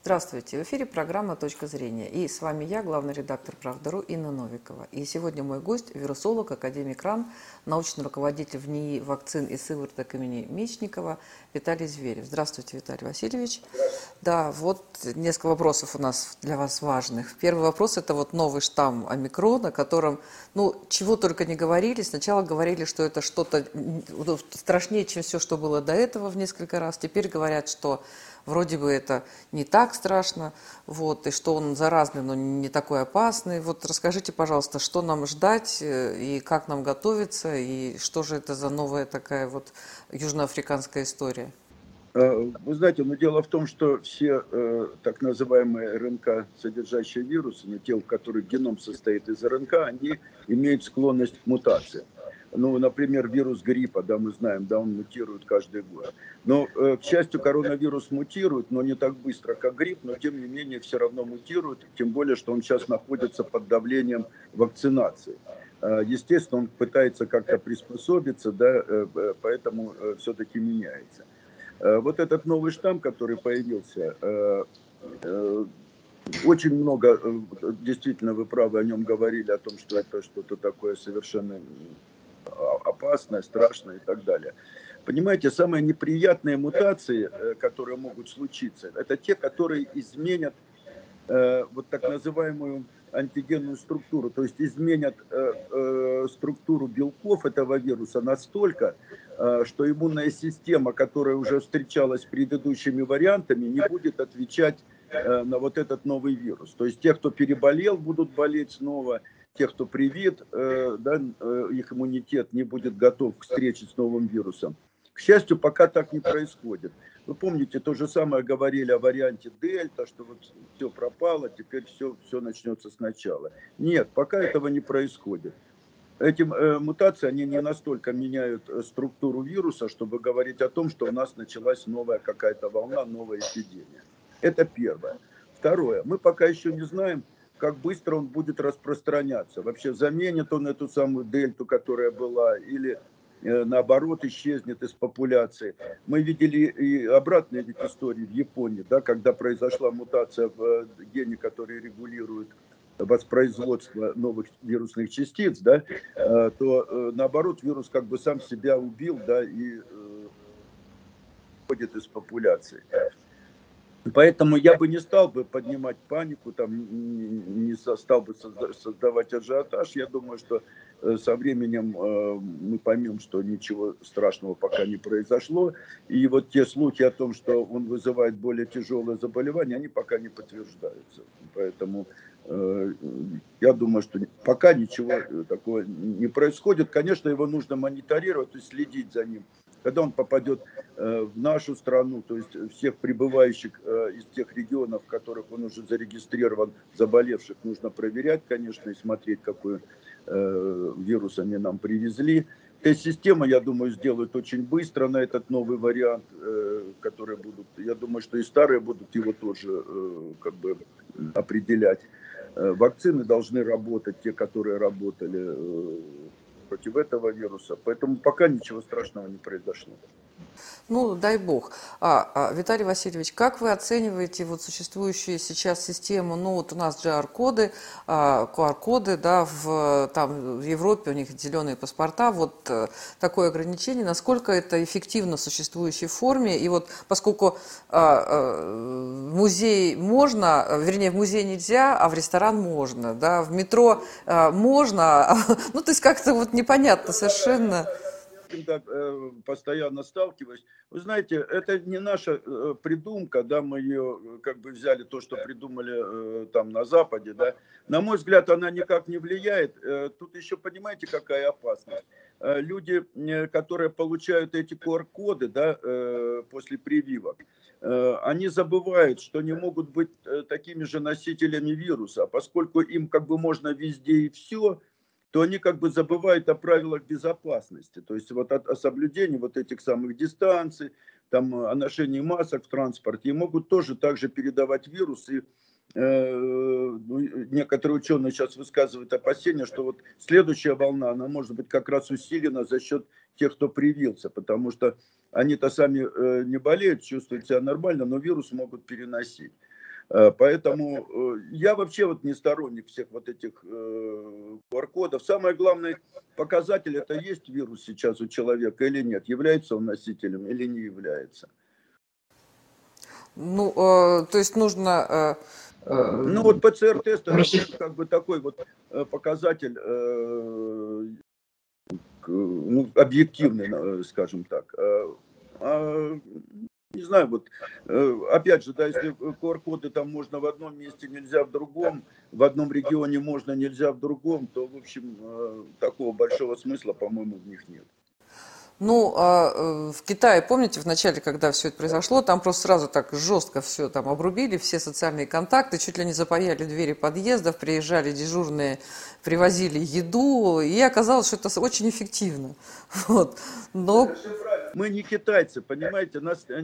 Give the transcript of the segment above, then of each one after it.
Здравствуйте, в эфире программа «Точка зрения». И с вами я, главный редактор «Правда.ру» Инна Новикова. И сегодня мой гость – вирусолог, академик РАН, научный руководитель в НИИ вакцин и сывороток имени Мечникова Виталий Зверев. Здравствуйте, Виталий Васильевич. Да, вот несколько вопросов у нас для вас важных. Первый вопрос – это вот новый штамм омикрон, о котором, чего только не говорили. Сначала говорили, что это что-то страшнее, чем все, что было до этого в несколько раз. Теперь говорят, что вроде бы это не так страшно, и что он заразный, но не такой опасный. Вот расскажите, пожалуйста, что нам ждать и как нам готовиться, и что же это за новая такая вот южноафриканская история? Вы знаете, дело в том, что все так называемые РНК, содержащие вирусы, те, у которых геном состоит из РНК, они имеют склонность к мутациям. Например, вирус гриппа, мы знаем, он мутирует каждый год. Но, к счастью, коронавирус мутирует, но не так быстро, как грипп, но тем не менее все равно мутирует, тем более, что он сейчас находится под давлением вакцинации. Естественно, он пытается как-то приспособиться, поэтому все-таки меняется. Вот этот новый штамм, который появился, очень много, действительно, вы правы, о нем говорили, о том, что это что-то такое совершенно опасное, страшное и так далее. Понимаете, самые неприятные мутации, которые могут случиться, это те, которые изменят вот так называемую антигенную структуру, то есть изменят структуру белков этого вируса настолько, что иммунная система, которая уже встречалась с предыдущими вариантами, не будет отвечать на вот этот новый вирус. То есть те, кто переболел, будут болеть снова, те, кто привит, их иммунитет не будет готов к встрече с новым вирусом. К счастью, пока так не происходит. Вы помните, то же самое говорили о варианте Дельта, что вот все пропало, теперь все начнется сначала. Нет, пока этого не происходит. Эти мутации, они не настолько меняют структуру вируса, чтобы говорить о том, что у нас началась новая какая-то волна, новая эпидемия. Это первое. Второе. Мы пока еще не знаем, как быстро он будет распространяться. Вообще заменит он эту самую дельту, которая была, или наоборот исчезнет из популяции. Мы видели и обратные ведь истории в Японии, когда произошла мутация в гене, который регулирует воспроизводство новых вирусных частиц, то наоборот вирус как бы сам себя убил, и уходит из популяции. Поэтому я бы не стал бы поднимать панику, не стал бы создавать ажиотаж. Я думаю, что со временем мы поймем, что ничего страшного пока не произошло. И вот те слухи о том, что он вызывает более тяжелые заболевания, они пока не подтверждаются. Поэтому я думаю, что пока ничего такого не происходит. Конечно, его нужно мониторировать, то есть следить за ним. Когда он попадет в нашу страну, то есть всех прибывающих из тех регионов, в которых он уже зарегистрирован, заболевших, нужно проверять, конечно, и смотреть, какой вирус они нам привезли. Тест-система, я думаю, сделают очень быстро на этот новый вариант, которые будут, я думаю, что и старые будут его тоже определять. Вакцины должны работать, те, которые работали против этого вируса. Поэтому пока ничего страшного не произошло. Дай бог. Виталий Васильевич, как вы оцениваете вот существующую сейчас систему? У нас QR-коды, QR-коды, в Европе у них зеленые паспорта, вот такое ограничение. Насколько это эффективно в существующей форме? И вот поскольку в музей можно, вернее, в музей нельзя, а в ресторан можно, в метро можно, то есть как-то вот непонятно совершенно. Постоянно сталкиваюсь. Вы знаете, это не наша придумка, мы ее взяли, то, что придумали там на Западе, На мой взгляд, она никак не влияет. Тут еще, понимаете, какая опасность? Люди, которые получают эти QR-коды, после прививок, они забывают, что не могут быть такими же носителями вируса, поскольку им можно везде и все, то они забывают о правилах безопасности, то есть вот о соблюдении вот этих самых дистанций, о ношении масок в транспорте, и могут тоже также передавать вирус. И некоторые ученые сейчас высказывают опасения, что вот следующая волна, она может быть как раз усилена за счет тех, кто привился, потому что они-то сами не болеют, чувствуют себя нормально, но вирус могут переносить. Поэтому я вообще вот не сторонник всех вот этих QR-кодов. Самый главный показатель — это есть вирус сейчас у человека или нет, является он носителем или не является. Ну, то есть нужно... Ну вот ПЦР-тест — это как бы такой вот показатель, ну, объективный, скажем так. Не знаю, вот опять же, да, если QR-коды там можно в одном месте, нельзя в другом, в одном регионе можно, нельзя в другом, то, в общем, такого большого смысла, по-моему, в них нет. Ну, в Китае, помните, в начале, когда все это произошло, там просто сразу так жестко все там обрубили, все социальные контакты, чуть ли не запаяли двери подъездов, приезжали дежурные, привозили еду, и оказалось, что это очень эффективно. Вот. Но... Мы не китайцы, понимаете,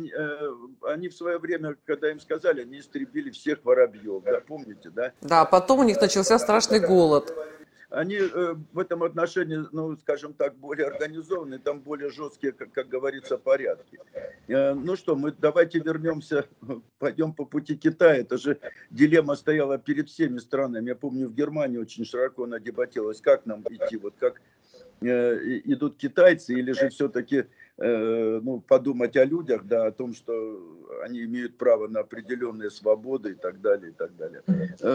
они в свое время, когда им сказали, они истребили всех воробьев, да, помните, да? Да, а потом у них начался страшный голод. Они в этом отношении, ну, скажем так, более организованные, там более жесткие, как говорится, порядки. Ну что, давайте вернемся, пойдем по пути Китая. Это же дилемма стояла перед всеми странами. Я помню, в Германии очень широко она дебатировалась, как нам идти, вот как идут китайцы, или же все-таки ну, подумать о людях, да, о том, что они имеют право на определенные свободы и так далее, и так далее.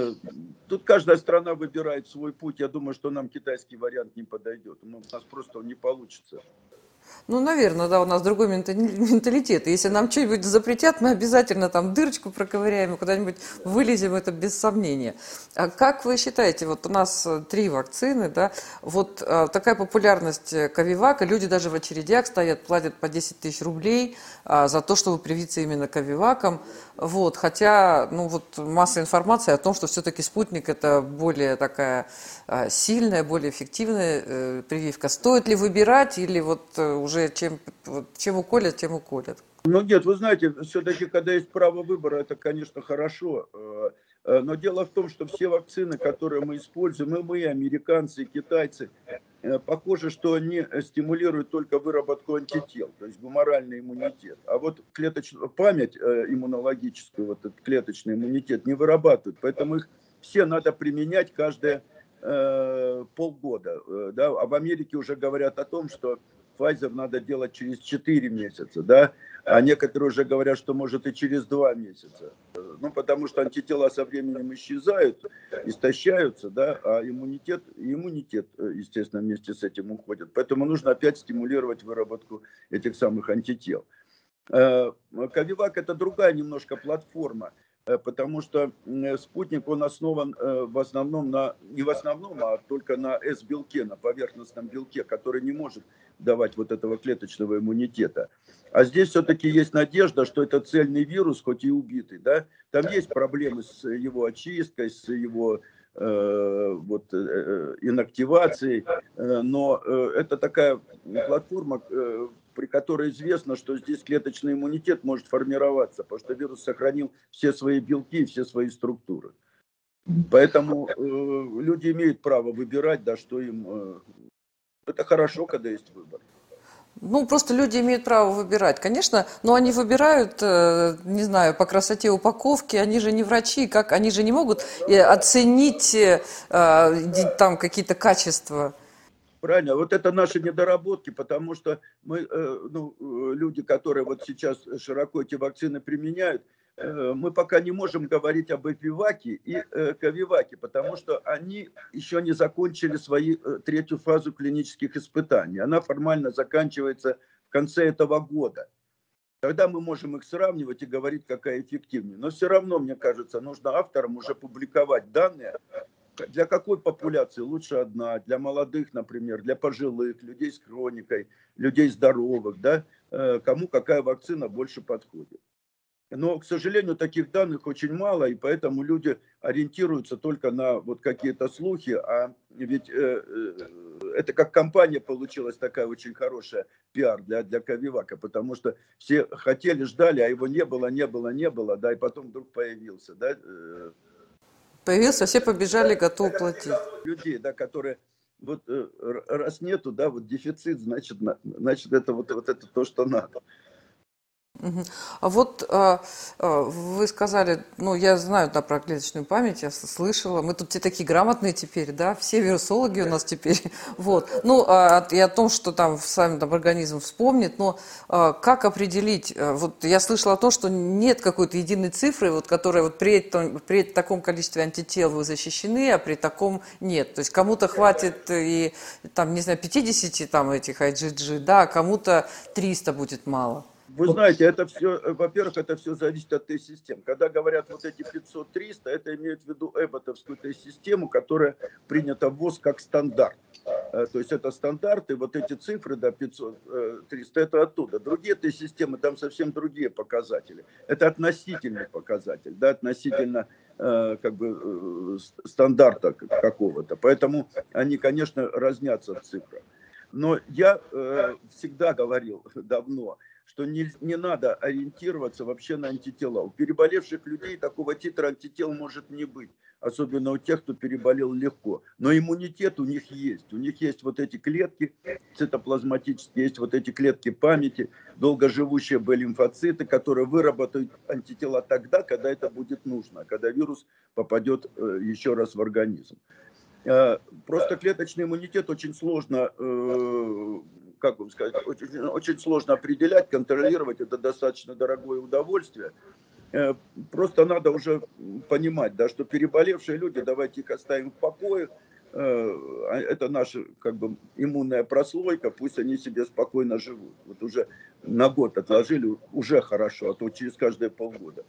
Тут каждая страна выбирает свой путь. Я думаю, что нам китайский вариант не подойдет. У нас просто он не получится. Ну, наверное, да, у нас другой менталитет. И если нам что-нибудь запретят, мы обязательно там дырочку проковыряем и куда-нибудь вылезем, это без сомнения. А как вы считаете, вот у нас 3 вакцины, да, вот такая популярность Ковивака, люди даже в очередях стоят, платят по 10 тысяч рублей за то, чтобы привиться именно Ковиваком. Вот, хотя, ну, вот масса информации о том, что все-таки спутник это более такая сильная, более эффективная прививка. Стоит ли выбирать или вот уже чем уколят, тем уколят? Ну нет, вы знаете, все-таки, когда есть право выбора, это, конечно, хорошо. Но дело в том, что все вакцины, которые мы используем, и мы, и американцы, и китайцы, похоже, что они стимулируют только выработку антител, то есть гуморальный иммунитет. А вот память иммунологическую, вот этот клеточный иммунитет не вырабатывают. Поэтому их все надо применять каждые полгода. Да? А в Америке уже говорят о том, что Pfizer надо делать через 4 месяца, да, а некоторые уже говорят, что может и через 2 месяца. Ну, потому что антитела со временем исчезают, истощаются, да, а иммунитет, естественно, вместе с этим уходит. Поэтому нужно опять стимулировать выработку этих самых антител. Ковивак — это другая немножко платформа, потому что спутник, он основан в основном не в основном, а только на S-белке, на поверхностном белке, который не может давать вот этого клеточного иммунитета. А здесь все-таки есть надежда, что это цельный вирус, хоть и убитый, да, там есть проблемы с его очисткой, с его инактивацией, но это такая платформа, при которой известно, что здесь клеточный иммунитет может формироваться, потому что вирус сохранил все свои белки и все свои структуры. Поэтому люди имеют право выбирать, да, что им... это хорошо, когда есть выбор. Ну, просто люди имеют право выбирать, конечно, но они выбирают, не знаю, по красоте упаковки, они же не врачи, как они же не могут оценить там какие-то качества. Правильно, вот это наши недоработки, потому что мы, люди, которые вот сейчас широко эти вакцины применяют, мы пока не можем говорить об Эпиваке и Ковиваке, потому что они еще не закончили свою 3-ю фазу клинических испытаний. Она формально заканчивается в конце этого года. Тогда мы можем их сравнивать и говорить, какая эффективнее. Но все равно, мне кажется, нужно авторам уже публиковать данные, для какой популяции лучше одна, для молодых, например, для пожилых, людей с хроникой, людей здоровых, да, кому какая вакцина больше подходит. Но, к сожалению, таких данных очень мало, и поэтому люди ориентируются только на вот какие-то слухи, а ведь это как компания получилась такая очень хорошая, пиар для Ковивака, потому что все хотели, ждали, а его не было, да, и потом вдруг появился, да. Появился, все побежали, готовы платить. Людей, да, которые вот раз нету, да, вот дефицит, значит это вот это то, что надо. Мгм. А вот вы сказали, ну, я знаю, да, про клеточную память, я слышала, мы тут все такие грамотные теперь, да, все вирусологи у нас теперь, вот. Ну, и о том, что там сам там организм вспомнит, но как определить, вот я слышала о том, что нет какой-то единой цифры, вот, которая вот при таком количестве антител вы защищены, а при таком нет. То есть кому-то хватит и, там, не знаю, 50 там этих IgG, да, а кому-то 300 будет мало. Вы знаете, это все, во-первых, это все зависит от Т-систем. Когда говорят вот эти 500-300, это имеют в виду эботовскую Т-систему, которая принята в ВОЗ как стандарт. То есть это стандарты, вот эти цифры, да, 500, 300, это оттуда. Другие Т-системы, там совсем другие показатели. Это относительный показатель, да, относительно как бы стандарта какого-то. Поэтому они, конечно, разнятся в цифрах. Но я всегда говорил давно, что не надо ориентироваться вообще на антитела. У переболевших людей такого титра антител может не быть, особенно у тех, кто переболел легко. Но иммунитет у них есть. У них есть вот эти клетки цитоплазматические, есть вот эти клетки памяти, долгоживущие Б-лимфоциты, которые выработают антитела тогда, когда это будет нужно, когда вирус попадет еще раз в организм. Просто клеточный иммунитет очень сложно, как вам сказать, очень сложно определять, контролировать. Это достаточно дорогое удовольствие. Просто надо уже понимать, да, что переболевшие люди, давайте их оставим в покое. Это наша как бы иммунная прослойка, пусть они себе спокойно живут. Вот уже на год отложили, уже хорошо, а то через каждые полгода.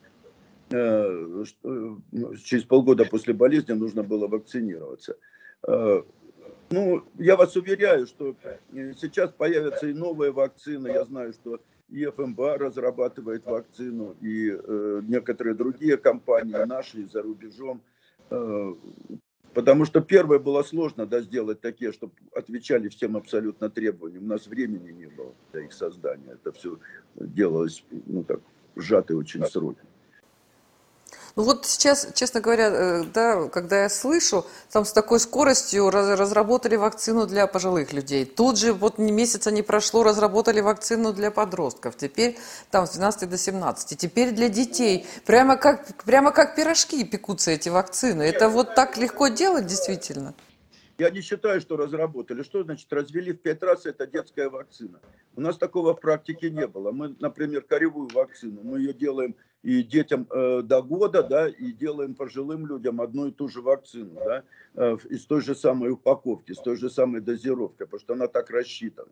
Через полгода после болезни нужно было вакцинироваться. Ну, я вас уверяю, что сейчас появятся и новые вакцины. Я знаю, что и ФМБА разрабатывает вакцину, и некоторые другие компании, наши и за рубежом. Потому что первое было сложно, да, сделать такие, чтобы отвечали всем абсолютно требованиям. У нас времени не было для их создания. Это все делалось, ну, так, сжатые очень сроки. Ну вот сейчас, честно говоря, да, когда я слышу, там с такой скоростью разработали вакцину для пожилых людей. Тут же вот ни месяца не прошло, разработали вакцину для подростков. Теперь там с 12 до 17. Теперь для детей. Прямо как пирожки пекутся эти вакцины. Это вот так легко делать действительно. Я не считаю, что разработали. Что значит развели в 5 раз, это детская вакцина? У нас такого в практике не было. Мы, например, коревую вакцину, мы ее делаем и детям до года, да, и делаем пожилым людям одну и ту же вакцину, да, из той же самой упаковки, с той же самой дозировкой, потому что она так рассчитана.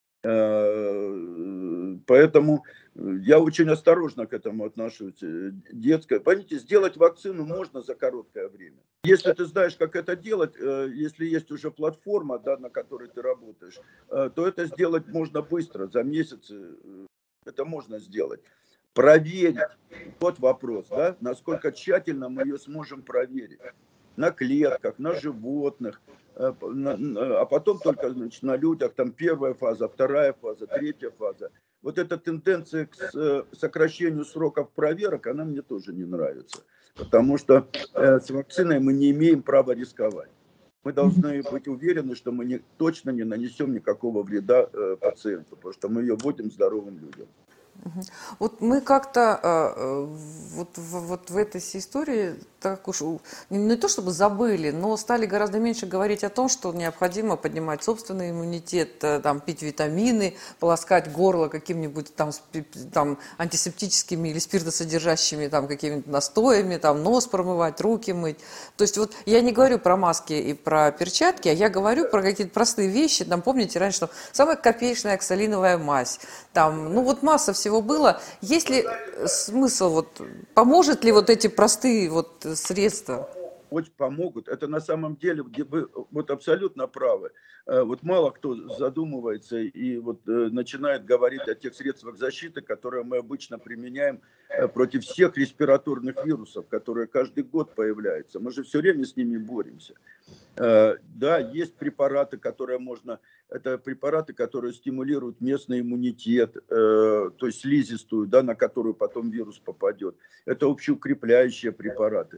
Поэтому я очень осторожно к этому отношусь. Детская. Понимаете, сделать вакцину можно за короткое время. Если ты знаешь, как это делать, если есть уже платформа, да, на которой ты работаешь, то это сделать можно быстро, за месяц это можно сделать. Проверить, вот вопрос, да, насколько тщательно мы ее сможем проверить. На клетках, на животных, а потом только, значит, на людях, там первая фаза, вторая фаза, третья фаза. Вот эта тенденция к сокращению сроков проверок, она мне тоже не нравится. Потому что с вакциной мы не имеем права рисковать. Мы должны быть уверены, что мы точно не нанесем никакого вреда пациенту, потому что мы ее вводим здоровым людям. Вот мы как-то вот в этой всей истории так уж не то чтобы забыли, но стали гораздо меньше говорить о том, что необходимо поднимать собственный иммунитет, там, пить витамины, полоскать горло каким-нибудь там антисептическими или спиртосодержащими там какими-то настоями, там нос промывать, руки мыть. То есть вот я не говорю про маски и про перчатки, а я говорю про какие-то простые вещи. Там помните раньше, что самая копеечная оксалиновая мазь, там, ну вот масса всего было. Есть ли смысл, вот, поможет ли вот эти простые вот средства? Очень помогут. Это на самом деле, где вы вот абсолютно правы. Вот мало кто задумывается и вот начинает говорить о тех средствах защиты, которые мы обычно применяем против всех респираторных вирусов, которые каждый год появляются. Мы же все время с ними боремся. Да, есть препараты, которые можно, это препараты, которые стимулируют местный иммунитет, то есть слизистую, да, на которую потом вирус попадет. Это общеукрепляющие препараты.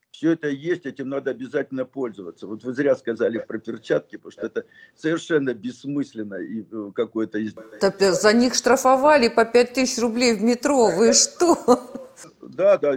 Все это есть, этим надо обязательно пользоваться. Вот вы зря сказали про перчатки, потому что это совершенно бессмысленно и какое-то... За них штрафовали по 5000 рублей в метро. Вы что? Да, да,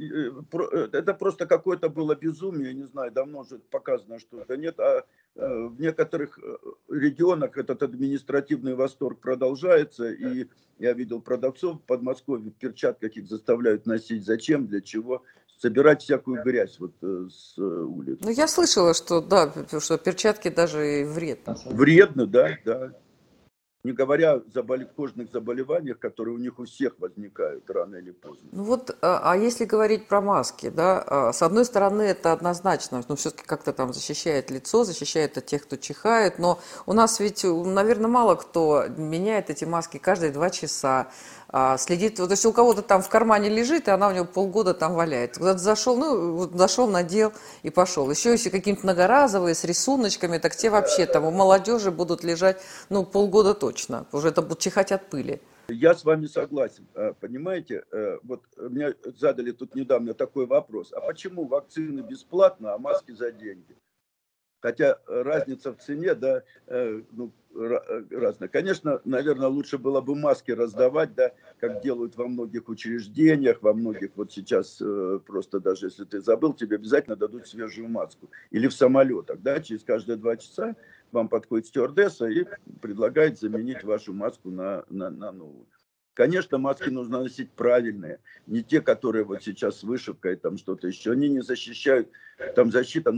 это просто какое-то было безумие, я не знаю, давно уже показано, что это нет, а в некоторых регионах этот административный восторг продолжается, и я видел продавцов в Подмосковье в перчатках, их заставляют носить, зачем, для чего, собирать всякую грязь вот с улиц. Ну, я слышала, что да, что перчатки даже и вредно. Вредно, да, да. Не говоря о кожных заболеваниях, которые у них у всех возникают рано или поздно. Ну вот, а если говорить про маски, да, с одной стороны, это однозначно, ну, все-таки как-то там защищает лицо, защищает от тех, кто чихает, но у нас ведь, наверное, мало кто меняет эти маски каждые 2 часа, следит, вот если у кого-то там в кармане лежит, и она у него полгода там валяется. Куда-то зашел, ну, вот зашел, надел и пошел. Еще если какие-то многоразовые, с рисуночками, так те вообще там у молодежи будут лежать, ну, полгода точно, уже это будут чихать от пыли. Я с вами согласен, понимаете, вот мне задали тут недавно такой вопрос, а почему вакцины бесплатно, а маски за деньги? Хотя разница в цене, да, ну, разная. Конечно, наверное, лучше было бы маски раздавать, да, как делают во многих учреждениях, во многих, вот сейчас просто даже если ты забыл, тебе обязательно дадут свежую маску. Или в самолетах, да, через каждые 2 часа вам подходит стюардесса и предлагает заменить вашу маску на новую. Конечно, маски нужно носить правильные, не те, которые вот сейчас с вышивкой, там что-то еще. Они не защищают, там защита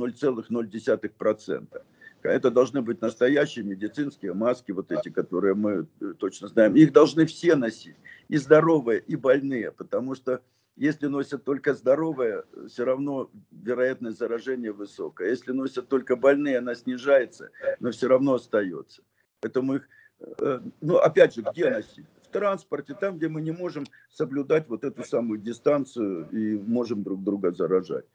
0,0%. Это должны быть настоящие медицинские маски, вот эти, которые мы точно знаем. Их должны все носить, и здоровые, и больные, потому что если носят только здоровые, все равно вероятность заражения высокая. Если носят только больные, она снижается, но все равно остается. Поэтому их, ну опять же, где носить? В транспорте, там, где мы не можем соблюдать вот эту самую дистанцию и можем друг друга заражать.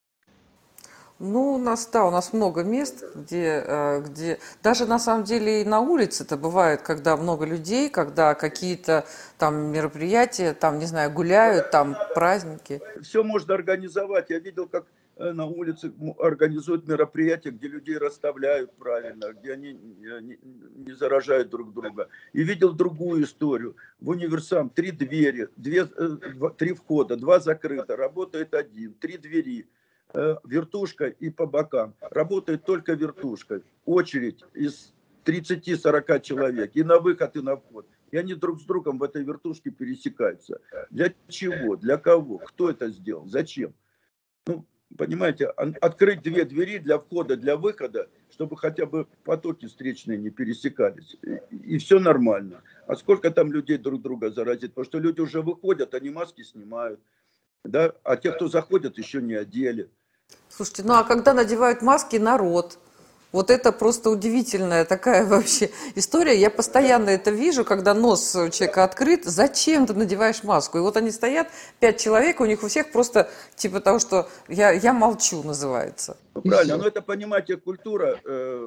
Ну, у нас много мест, где даже на самом деле и на улице это бывает, когда много людей, когда какие-то там мероприятия, там, не знаю, гуляют, там праздники. Все можно организовать. Я видел, как на улице организуют мероприятия, где людей расставляют правильно, где они не заражают друг друга. И видел другую историю. В универсам 3 двери, 3 входа, 2 закрыто, работает 1, 3 двери. Вертушка и по бокам. Работает только вертушка. Очередь из 30-40 человек. И на выход, и на вход. И они друг с другом в этой вертушке пересекаются. Для чего? Для кого? Кто это сделал? Зачем? Ну, понимаете, открыть 2 двери для входа, для выхода, чтобы хотя бы потоки встречные не пересекались. И все нормально. А сколько там людей друг друга заразит? Потому что люди уже выходят, они маски снимают. Да? А те, кто заходят, еще не одели. Слушайте, ну а когда надевают маски народ, вот это просто удивительная такая вообще история. Я постоянно это вижу, когда нос у человека открыт. Зачем ты надеваешь маску? И вот они стоят, 5 человек, у них у всех просто типа того, что я молчу называется. Правильно, но это, понимаете, культура,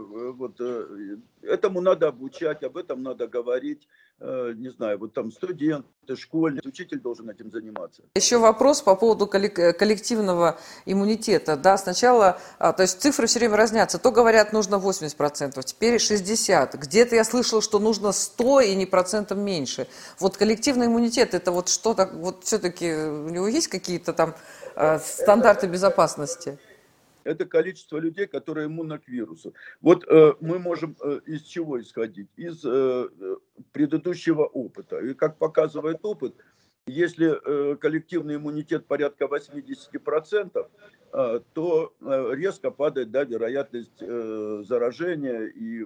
этому надо обучать, об этом надо говорить, не знаю, вот там студенты, школьник, учитель должен этим заниматься. Еще вопрос по поводу коллективного иммунитета. Да, сначала, то есть цифры все время разнятся. То говорят, нужно 80%, теперь 60%. Где-то я слышала, что нужно 100 и не процентом меньше. Вот коллективный иммунитет, это вот что-то, вот все-таки у него есть какие-то там стандарты безопасности? Это количество людей, которые иммунны к вирусу. Вот мы можем из чего исходить? Из предыдущего опыта. И как показывает опыт, если коллективный иммунитет порядка 80%, то резко падает, да, вероятность заражения, и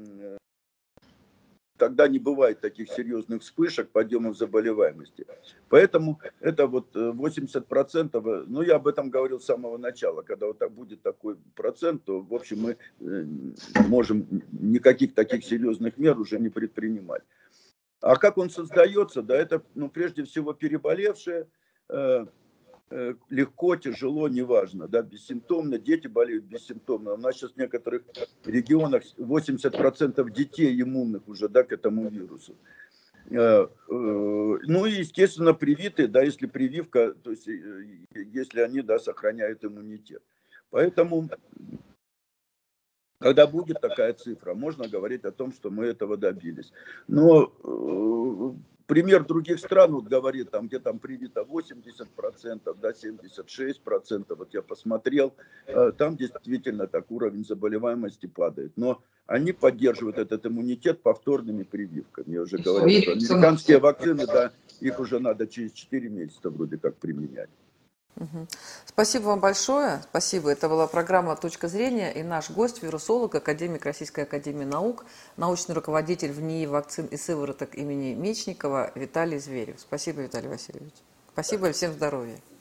тогда не бывает таких серьезных вспышек, подъемов заболеваемости. Поэтому это вот 80%, ну я об этом говорил с самого начала, когда вот будет такой процент, то в общем мы можем никаких таких серьезных мер уже не предпринимать. А как он создается? Да, это, ну, прежде всего переболевшие, легко, тяжело, неважно, да, бессимптомно, дети болеют бессимптомно. У нас сейчас в некоторых регионах 80% детей иммунных уже, да, к этому вирусу. Ну и, естественно, привитые, да, если прививка, то есть если они, да, сохраняют иммунитет. Поэтому, когда будет такая цифра, можно говорить о том, что мы этого добились. Но пример других стран вот говорит, там, где там привито 80%, да, 76%, вот я посмотрел, там действительно так уровень заболеваемости падает. Но они поддерживают этот иммунитет повторными прививками. Я уже говорил, что американские вакцины, да, их уже надо через 4 месяца вроде как применять. Спасибо вам большое. Спасибо. Это была программа «Точка зрения» и наш гость, вирусолог, академик Российской академии наук, научный руководитель в НИИ вакцин и сывороток имени Мечникова Виталий Зверев. Спасибо, Виталий Васильевич. Спасибо и всем здоровья.